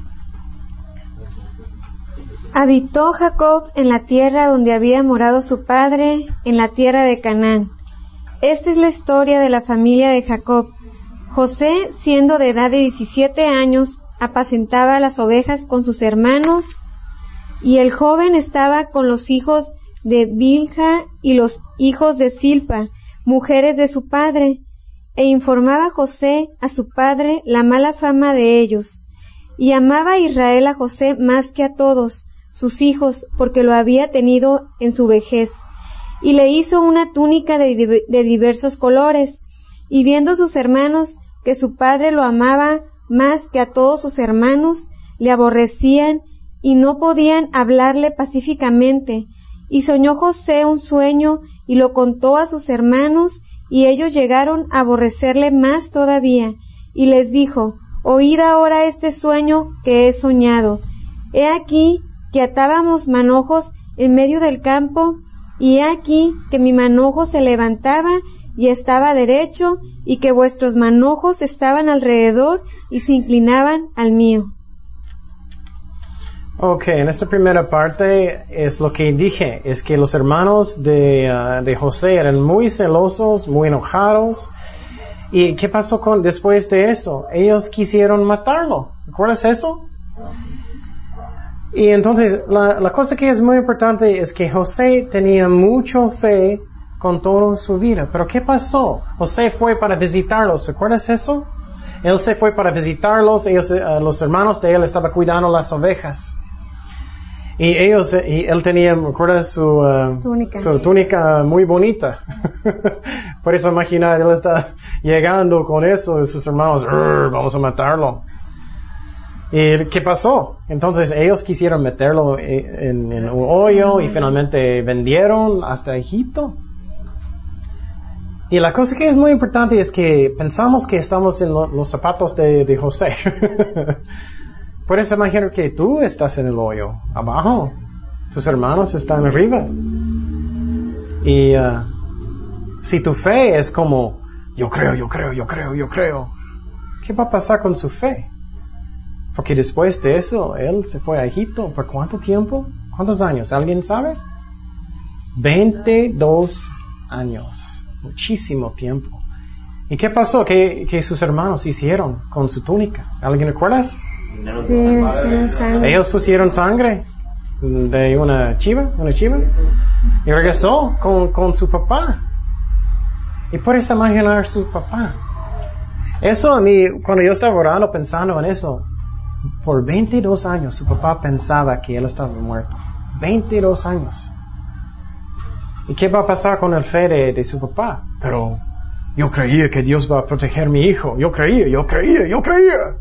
Habitó Jacob en la tierra donde había morado su padre, en la tierra de Canaán. Esta es la historia de la familia de Jacob. José, siendo de edad de diecisiete años, apacentaba las ovejas con sus hermanos, y el joven estaba con los hijos de Bilha y los hijos de Silpa, mujeres de su padre, e informaba José a su padre la mala fama de ellos. Y amaba Israel a José más que a todos sus hijos, porque lo había tenido en su vejez, y le hizo una túnica de, de diversos colores, y viendo sus hermanos que su padre lo amaba más que a todos sus hermanos, le aborrecían y no podían hablarle pacíficamente. Y soñó José un sueño y lo contó a sus hermanos, y ellos llegaron a aborrecerle más todavía. Y les dijo, oíd ahora este sueño que he soñado. He aquí que atábamos manojos en medio del campo, y he aquí que mi manojo se levantaba y estaba derecho, y que vuestros manojos estaban alrededor y se inclinaban al mío.
Ok, en esta primera parte es lo que dije, es que los hermanos de, uh, de José eran muy celosos, muy enojados, ¿Y qué pasó con después de eso? Ellos quisieron matarlo. ¿Recuerdas eso? Y entonces, la, la cosa que es muy importante es que José tenía mucha fe con toda su vida. Pero ¿qué pasó? José fue para visitarlos. ¿Recuerdas eso? Él se fue para visitarlos. Ellos, uh, los hermanos de él estaban cuidando las ovejas. Y ellos, y él tenía, ¿recuerdas? Su, uh, túnica. su túnica muy bonita. Por eso imaginar, él está llegando con eso y sus hermanos, vamos a matarlo. ¿Y qué pasó? Entonces ellos quisieron meterlo en, en un hoyo y finalmente vendieron hasta Egipto. Y la cosa que es muy importante es que pensamos que estamos en lo, los zapatos de, de José. Puedes imaginar que tú estás en el hoyo, abajo. Tus hermanos están arriba. Y uh, si tu fe es como, yo creo, yo creo, yo creo, yo creo, ¿qué va a pasar con su fe? Porque después de eso, él se fue a Egipto. ¿Por cuánto tiempo? ¿Cuántos años? ¿Alguien sabe? veintidós años. Muchísimo tiempo. ¿Y qué pasó? ¿Qué, qué sus hermanos hicieron con su túnica? ¿Alguien recuerda?
Sí, sí, sangre.
Ellos pusieron sangre de una chiva, una chiva, y regresó con, con su papá. Y puedes imaginar su papá. Eso a mí, cuando yo estaba orando pensando en eso, por veintidós años su papá pensaba que él estaba muerto. veintidós años. ¿Y qué va a pasar con el fe de, de su papá? Pero yo creía que Dios va a proteger a mi hijo. Yo creía, yo creía, yo creía.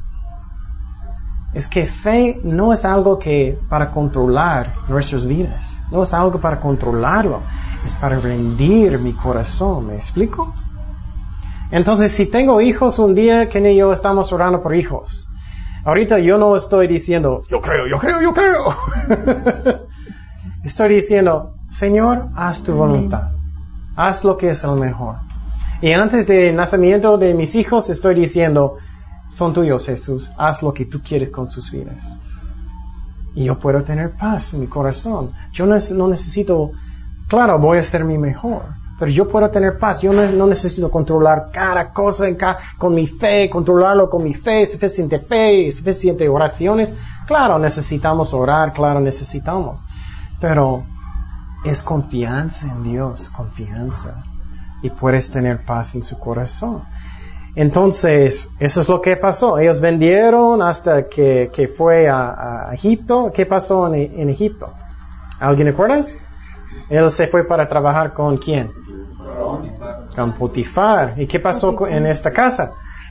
Es que fe no es algo que para controlar nuestras vidas. No es algo para controlarlo. Es para rendir mi corazón. ¿Me explico? Entonces, si tengo hijos, un día Ken y yo estamos orando por hijos. Ahorita yo no estoy diciendo, yo creo, yo creo, yo creo. Estoy diciendo, Señor, haz tu voluntad. Haz lo que es el mejor. Y antes del nacimiento de mis hijos, estoy diciendo, son tuyos, Jesús. Haz lo que tú quieres con sus vidas. Y yo puedo tener paz en mi corazón. Yo no, no necesito, claro, voy a ser mi mejor. Pero yo puedo tener paz. Yo no, no necesito controlar cada cosa en cada, con mi fe, controlarlo con mi fe, suficiente fe, suficiente oraciones. Claro, necesitamos orar, claro, necesitamos. Pero es confianza en Dios, confianza. Y puedes tener paz en su corazón. Entonces, eso es lo que pasó. Ellos vendieron hasta que, que fue a, a Egipto. ¿Qué pasó en, en Egipto? ¿Alguien recuerdas? Él se fue para trabajar con ¿quién? Con Potifar. ¿Y qué pasó con, en esta casa?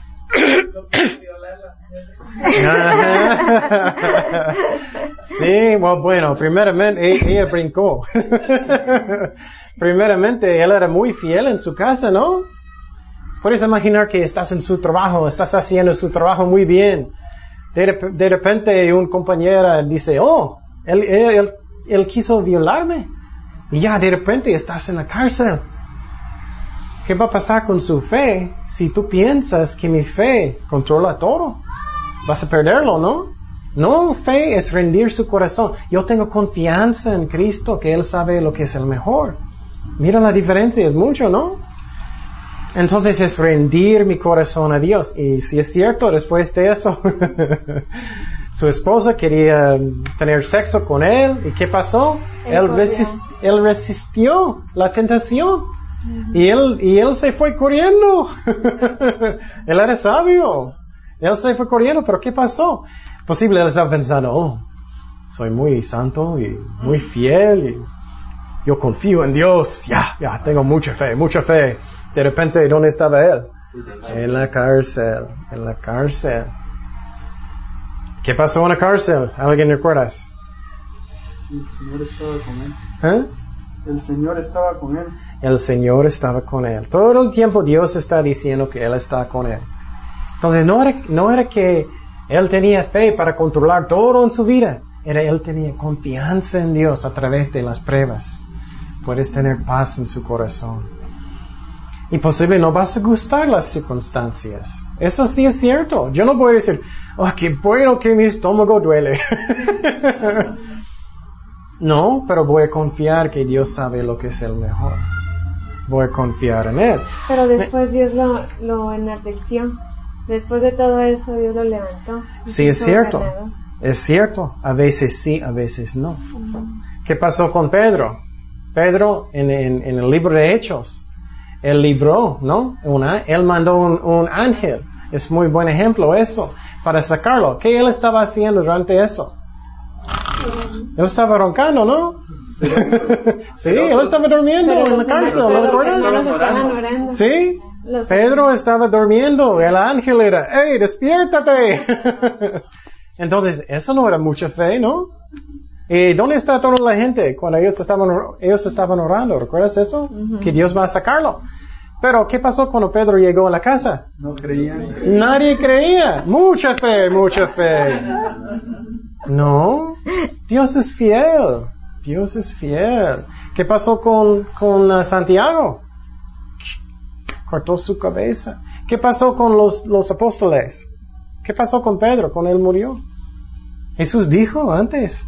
Sí, well, bueno, primeramente ella, ella brincó. Primeramente, él era muy fiel en su casa, ¿no? Puedes imaginar que estás en su trabajo, estás haciendo su trabajo muy bien. De, de repente un compañero dice, oh, él, él, él, él quiso violarme. Y ya de repente estás en la cárcel. ¿Qué va a pasar con su fe si tú piensas que mi fe controla todo? Vas a perderlo, ¿no? No, fe es rendir su corazón. Yo tengo confianza en Cristo, que Él sabe lo que es el mejor. Mira la diferencia, es mucho, ¿no? Entonces es rendir mi corazón a Dios. Y si es cierto, después de eso, su esposa quería tener sexo con él. ¿Y qué pasó? Él, resist, él resistió la tentación. Uh-huh. Y él, y él se fue corriendo. Él era sabio. Él se fue corriendo, pero ¿qué pasó? Posible él estaba pensando, oh, soy muy santo y muy fiel y yo confío en Dios. Ya, ya, tengo mucha fe, mucha fe. De repente, ¿dónde estaba él? En la cárcel, en la cárcel. ¿Qué pasó en la cárcel? ¿Alguien recuerdas?
El Señor estaba con él.
¿Eh?
El Señor estaba con él.
El Señor estaba con él. Todo el tiempo Dios está diciendo que Él está con él. Entonces no era, no era que Él tenía fe para controlar todo en su vida. Era Él tenía confianza en Dios a través de las pruebas. Puedes tener paz en su corazón. Y posible no vas a gustar las circunstancias. Eso sí es cierto. Yo no puedo decir, oh, qué bueno que mi estómago duele. No, pero voy a confiar que Dios sabe lo que es el mejor. voy a confiar en Él.
Pero después Dios lo, lo enalteció. Después de todo eso, Dios lo levantó.
Sí, es cierto. Ganado. Es cierto. A veces sí, a veces no. Uh-huh. ¿Qué pasó con Pedro? Pedro, en, en, en el libro de Hechos, él libró, ¿no? Una, él mandó un, un ángel. Es muy buen ejemplo eso, para sacarlo. ¿Qué él estaba haciendo durante eso? Él estaba roncando, ¿no? Sí, él estaba durmiendo en la cárcel, ¿lo recuerdas? Sí, Pedro estaba durmiendo, el ángel era, ¡hey, despiértate! Entonces, eso no era mucha fe, ¿no? ¿Y dónde está toda la gente cuando ellos estaban, ellos estaban orando? ¿Recuerdas eso? Uh-huh. Que Dios va a sacarlo. Pero, ¿qué pasó cuando Pedro llegó a la casa?
No creían.
Nadie creía. Mucha fe, mucha fe. No, Dios es fiel. Dios es fiel. ¿Qué pasó con, con uh, Santiago? Cortó su cabeza. ¿Qué pasó con los, los apóstoles? ¿Qué pasó con Pedro cuando él murió? Jesús dijo antes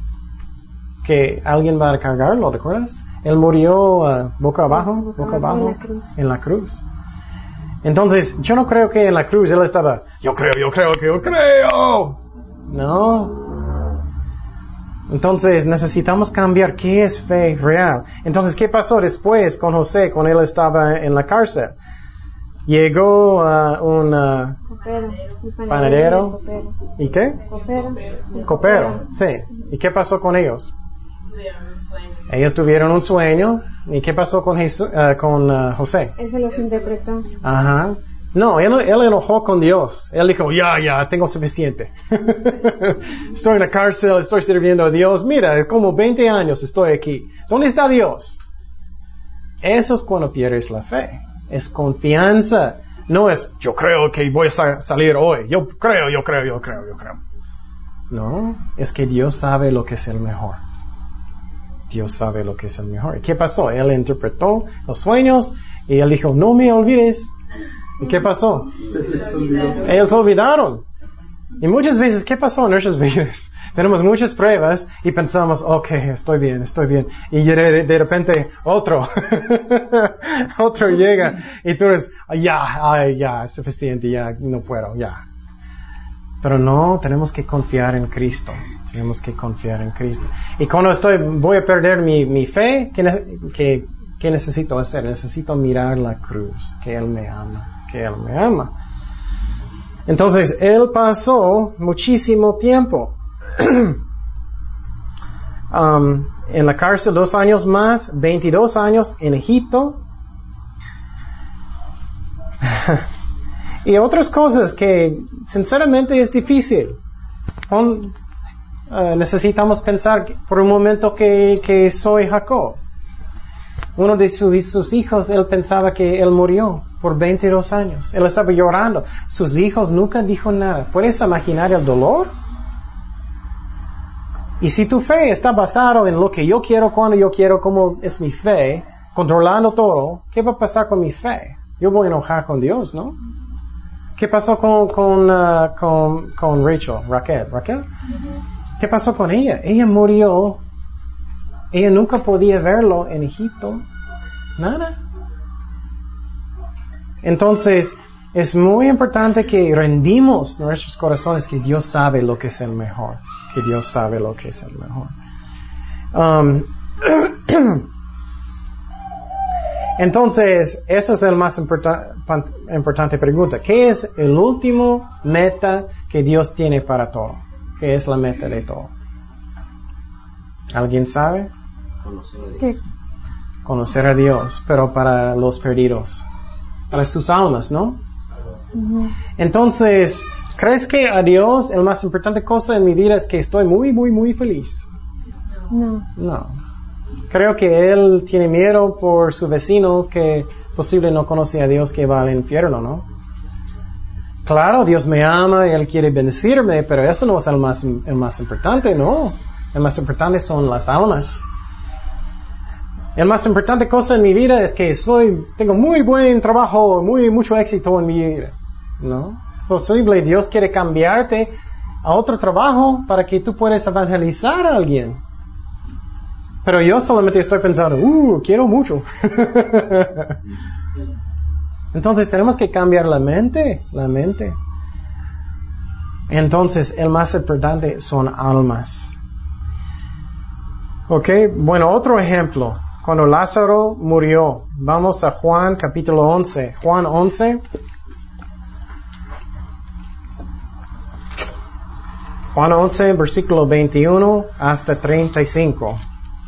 que alguien va a cargarlo, ¿recuerdas? Él murió uh, boca abajo, boca abajo, en la, cruz. en la cruz. Entonces, yo no creo que en la cruz él estaba, yo creo, yo creo, que yo creo. No. Entonces, necesitamos cambiar qué es fe real. Entonces, ¿qué pasó después con José cuando él estaba en la cárcel? Llegó uh, un uh,
copero,
panadero.
Copero.
¿Y qué?
Copero.
Copero, sí. ¿Y qué pasó con ellos? Ellos tuvieron un sueño. ¿Y qué pasó con, Jesús, uh, con uh, José?
Eso los interpretó.
Ajá. No, él, él enojó con Dios. Él dijo, ya, ya, tengo suficiente. Estoy en la cárcel, estoy sirviendo a Dios. Mira, como veinte años estoy aquí. ¿Dónde está Dios? Eso es cuando pierdes la fe. Es confianza. No es, yo creo que voy a sa- salir hoy. Yo creo, yo creo, yo creo, yo creo. No, es que Dios sabe lo que es el mejor. Dios sabe lo que es el mejor. ¿Y qué pasó? Él interpretó los sueños y él dijo, no me olvides. ¿Y qué pasó?
Se les olvidó.
Ellos olvidaron. Y muchas veces, ¿qué pasó en nuestras vidas? Tenemos muchas pruebas y pensamos, ok, estoy bien, estoy bien. Y de, de repente, otro, otro llega y tú eres, ya, ay, ya, es suficiente, ya, no puedo, ya. Pero no, tenemos que confiar en Cristo. Tenemos que confiar en Cristo. Y cuando estoy, voy a perder mi, mi fe, ¿qué, qué, ¿qué necesito hacer? Necesito mirar la cruz, que Él me ama, que Él me ama. Entonces, Él pasó muchísimo tiempo um, en la cárcel, dos años más, veintidós años en Egipto. Y otras cosas que sinceramente es difícil. Un, uh, necesitamos pensar por un momento que, que soy Jacob. Uno de su, sus hijos, él pensaba que él murió por veintidós años. Él estaba llorando. Sus hijos nunca dijo nada. ¿Puedes imaginar el dolor? Y si tu fe está basada en lo que yo quiero, cuando yo quiero, cómo es mi fe, controlando todo, ¿qué va a pasar con mi fe? Yo voy a enojar con Dios, ¿no? ¿Qué pasó con, con, uh, con, con Rachel, Raquel? ¿Raquel? Uh-huh. ¿Qué pasó con ella? Ella murió. Ella nunca podía verlo en Egipto. Nada. Entonces, es muy importante que rendimos nuestros corazones, que Dios sabe lo que es el mejor. Que Dios sabe lo que es el mejor. Um, Entonces, esa es la más importa- importante pregunta. ¿Qué es el último meta que Dios tiene para todo? ¿Qué es la meta de todo? ¿Alguien sabe?
Conocer a Dios.
Sí.
Conocer a Dios, pero para los perdidos. Para sus almas, ¿no?
Uh-huh.
Entonces, ¿crees que a Dios la más importante cosa en mi vida es que estoy muy, muy, muy feliz?
No.
No. Creo que él tiene miedo por su vecino que posible no conoce a Dios, que va al infierno, ¿no? Claro, Dios me ama y Él quiere bendecirme, pero eso no es el más, el más importante, ¿no? El más importante son las almas. El más importante cosa en mi vida es que soy, tengo muy buen trabajo, muy, mucho éxito en mi vida, ¿no? Posible, Dios quiere cambiarte a otro trabajo para que tú puedas evangelizar a alguien. Pero yo solamente estoy pensando, uh, quiero mucho. Entonces tenemos que cambiar la mente, la mente. Entonces el más importante son almas. Ok, bueno, otro ejemplo. Cuando Lázaro murió, vamos a Juan capítulo once. Juan once. Juan once, versículo veintiuno hasta treinta y cinco.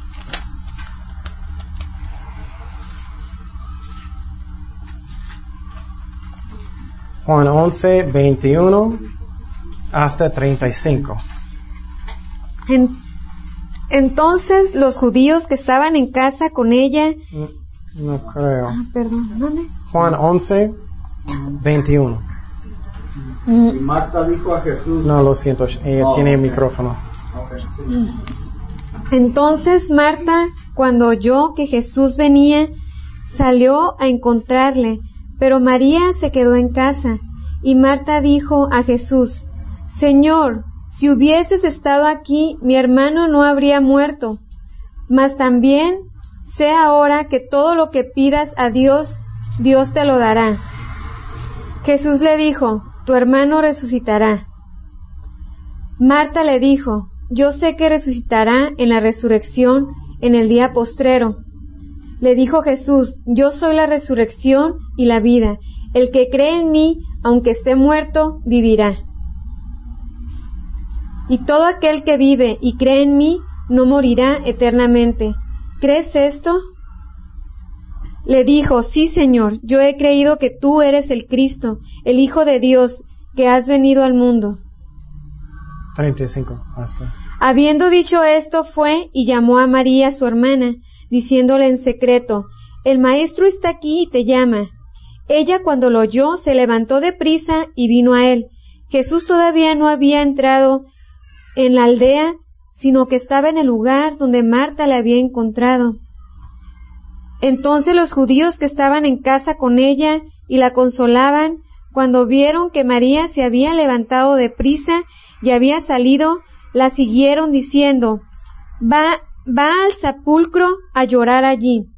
Juan once, veintiuno hasta treinta y cinco.
En, entonces los judíos que estaban en casa con ella...
No, no creo.
Ah, perdón, ¿dónde?
Juan once, veintiuno.
Y Marta dijo a Jesús...
No, lo siento, ella
Oh,
tiene el
okay.
micrófono.
Okay, sí.
Entonces Marta, cuando oyó que Jesús venía, salió a encontrarle, pero María se quedó en casa. Y Marta dijo a Jesús: Señor, si hubieses estado aquí, mi hermano no habría muerto. Mas también sé ahora que todo lo que pidas a Dios, Dios te lo dará. Jesús le dijo: Tu hermano resucitará. Marta le dijo: Yo sé que resucitará en la resurrección en el día postrero. Le dijo Jesús: Yo soy la resurrección y la vida. El que cree en mí, aunque esté muerto, vivirá. Y todo aquel que vive y cree en mí, no morirá eternamente. ¿Crees esto? Le dijo: Sí, Señor, yo he creído que tú eres el Cristo, el Hijo de Dios, que has venido al mundo.
treinta y cinco, hasta.
Habiendo dicho esto, fue y llamó a María, su hermana, diciéndole en secreto: El Maestro está aquí y te llama. Ella, cuando lo oyó, se levantó de prisa y vino a él. Jesús todavía no había entrado en la aldea, sino que estaba en el lugar donde Marta le había encontrado. Entonces los judíos que estaban en casa con ella y la consolaban, cuando vieron que María se había levantado de prisa y había salido, la siguieron diciendo: Va, va al sepulcro a llorar allí.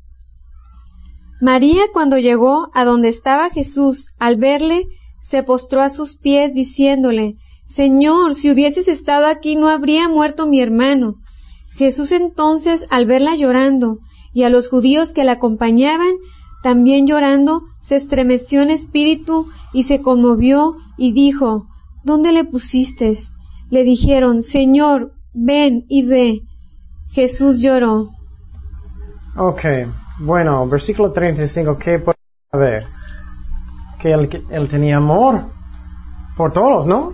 María, cuando llegó a donde estaba Jesús, al verle, se postró a sus pies diciéndole: Señor, si hubieses estado aquí no habría muerto mi hermano. Jesús entonces, al verla llorando, y a los judíos que la acompañaban, también llorando, se estremeció en espíritu y se conmovió y dijo: ¿Dónde le pusiste? Le dijeron: Señor, ven y ve. Jesús lloró.
Ok, bueno, versículo treinta y cinco, ¿qué puede haber? Que él, que él tenía amor por todos, ¿no?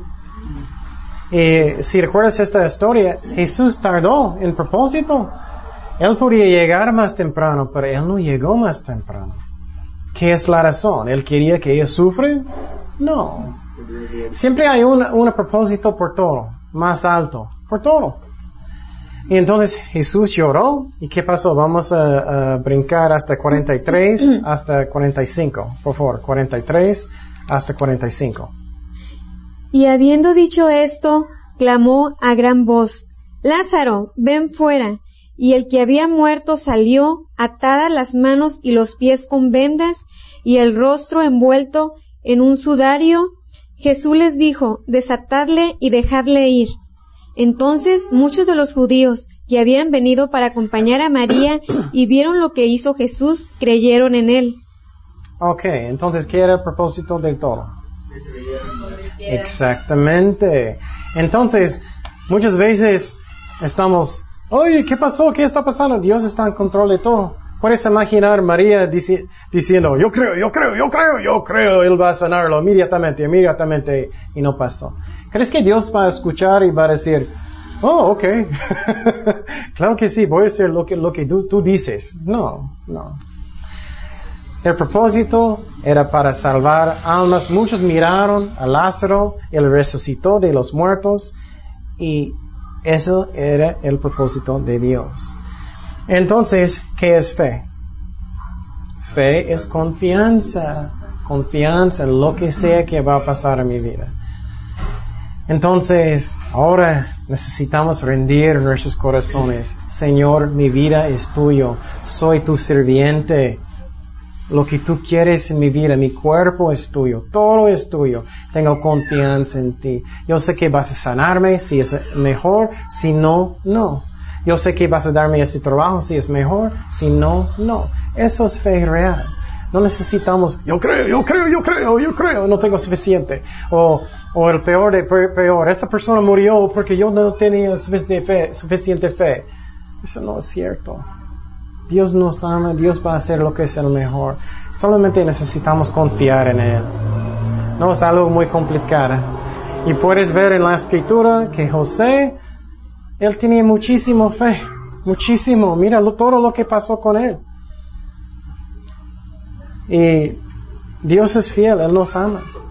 Y si recuerdas esta historia, Jesús tardó en propósito. Él podía llegar más temprano, pero Él no llegó más temprano. ¿Qué es la razón? ¿Él quería que ellos sufren? No. Siempre hay un, un propósito por todo, más alto, por todo. Y entonces Jesús lloró. ¿Y qué pasó? Vamos a, a brincar hasta cuarenta y tres, hasta cuarenta y cinco. Por favor, cuarenta y tres hasta cuarenta y cinco.
Y habiendo dicho esto, clamó a gran voz: Lázaro, ven fuera. Y el que había muerto salió, atadas las manos y los pies con vendas, y el rostro envuelto en un sudario. Jesús les dijo: Desatadle y dejadle ir. Entonces muchos de los judíos que habían venido para acompañar a María y vieron lo que hizo Jesús, creyeron en él.
Ok, entonces, ¿qué era el propósito del todo? Exactamente. Entonces, muchas veces estamos, oye, ¿qué pasó? ¿Qué está pasando? Dios está en control de todo. Puedes imaginar María dici- diciendo, yo creo, yo creo, yo creo, yo creo, Él va a sanarlo inmediatamente, inmediatamente, y no pasó. ¿Crees que Dios va a escuchar y va a decir, oh, ok, claro que sí, voy a hacer lo que, lo que tú, tú dices? No, no. El propósito era para salvar almas. Muchos miraron a Lázaro, Él resucitó de los muertos, y eso era el propósito de Dios. Entonces, ¿qué es fe? Fe es confianza, confianza en lo que sea que va a pasar en mi vida. Entonces, ahora Necesitamos rendir nuestros corazones. Señor, mi vida es tuyo. Soy tu sirviente. Lo que tú quieres en mi vida, mi cuerpo es tuyo. Todo es tuyo. Tengo confianza en ti. Yo sé que vas a sanarme si es mejor. Si no, no. Yo sé que vas a darme ese trabajo si es mejor. Si no, no. Eso es fe real. No necesitamos, yo creo, yo creo, yo creo, yo creo, no tengo suficiente. O, o el peor de peor, esa persona murió porque yo no tenía suficiente fe, suficiente fe. Eso no es cierto. Dios nos ama, Dios va a hacer lo que es el mejor. Solamente necesitamos confiar en Él. No es algo muy complicado. Y puedes ver en la escritura que José, él tenía muchísimo fe, muchísimo. Mira lo, todo lo que pasó con él. Y Dios es fiel, Él nos ama.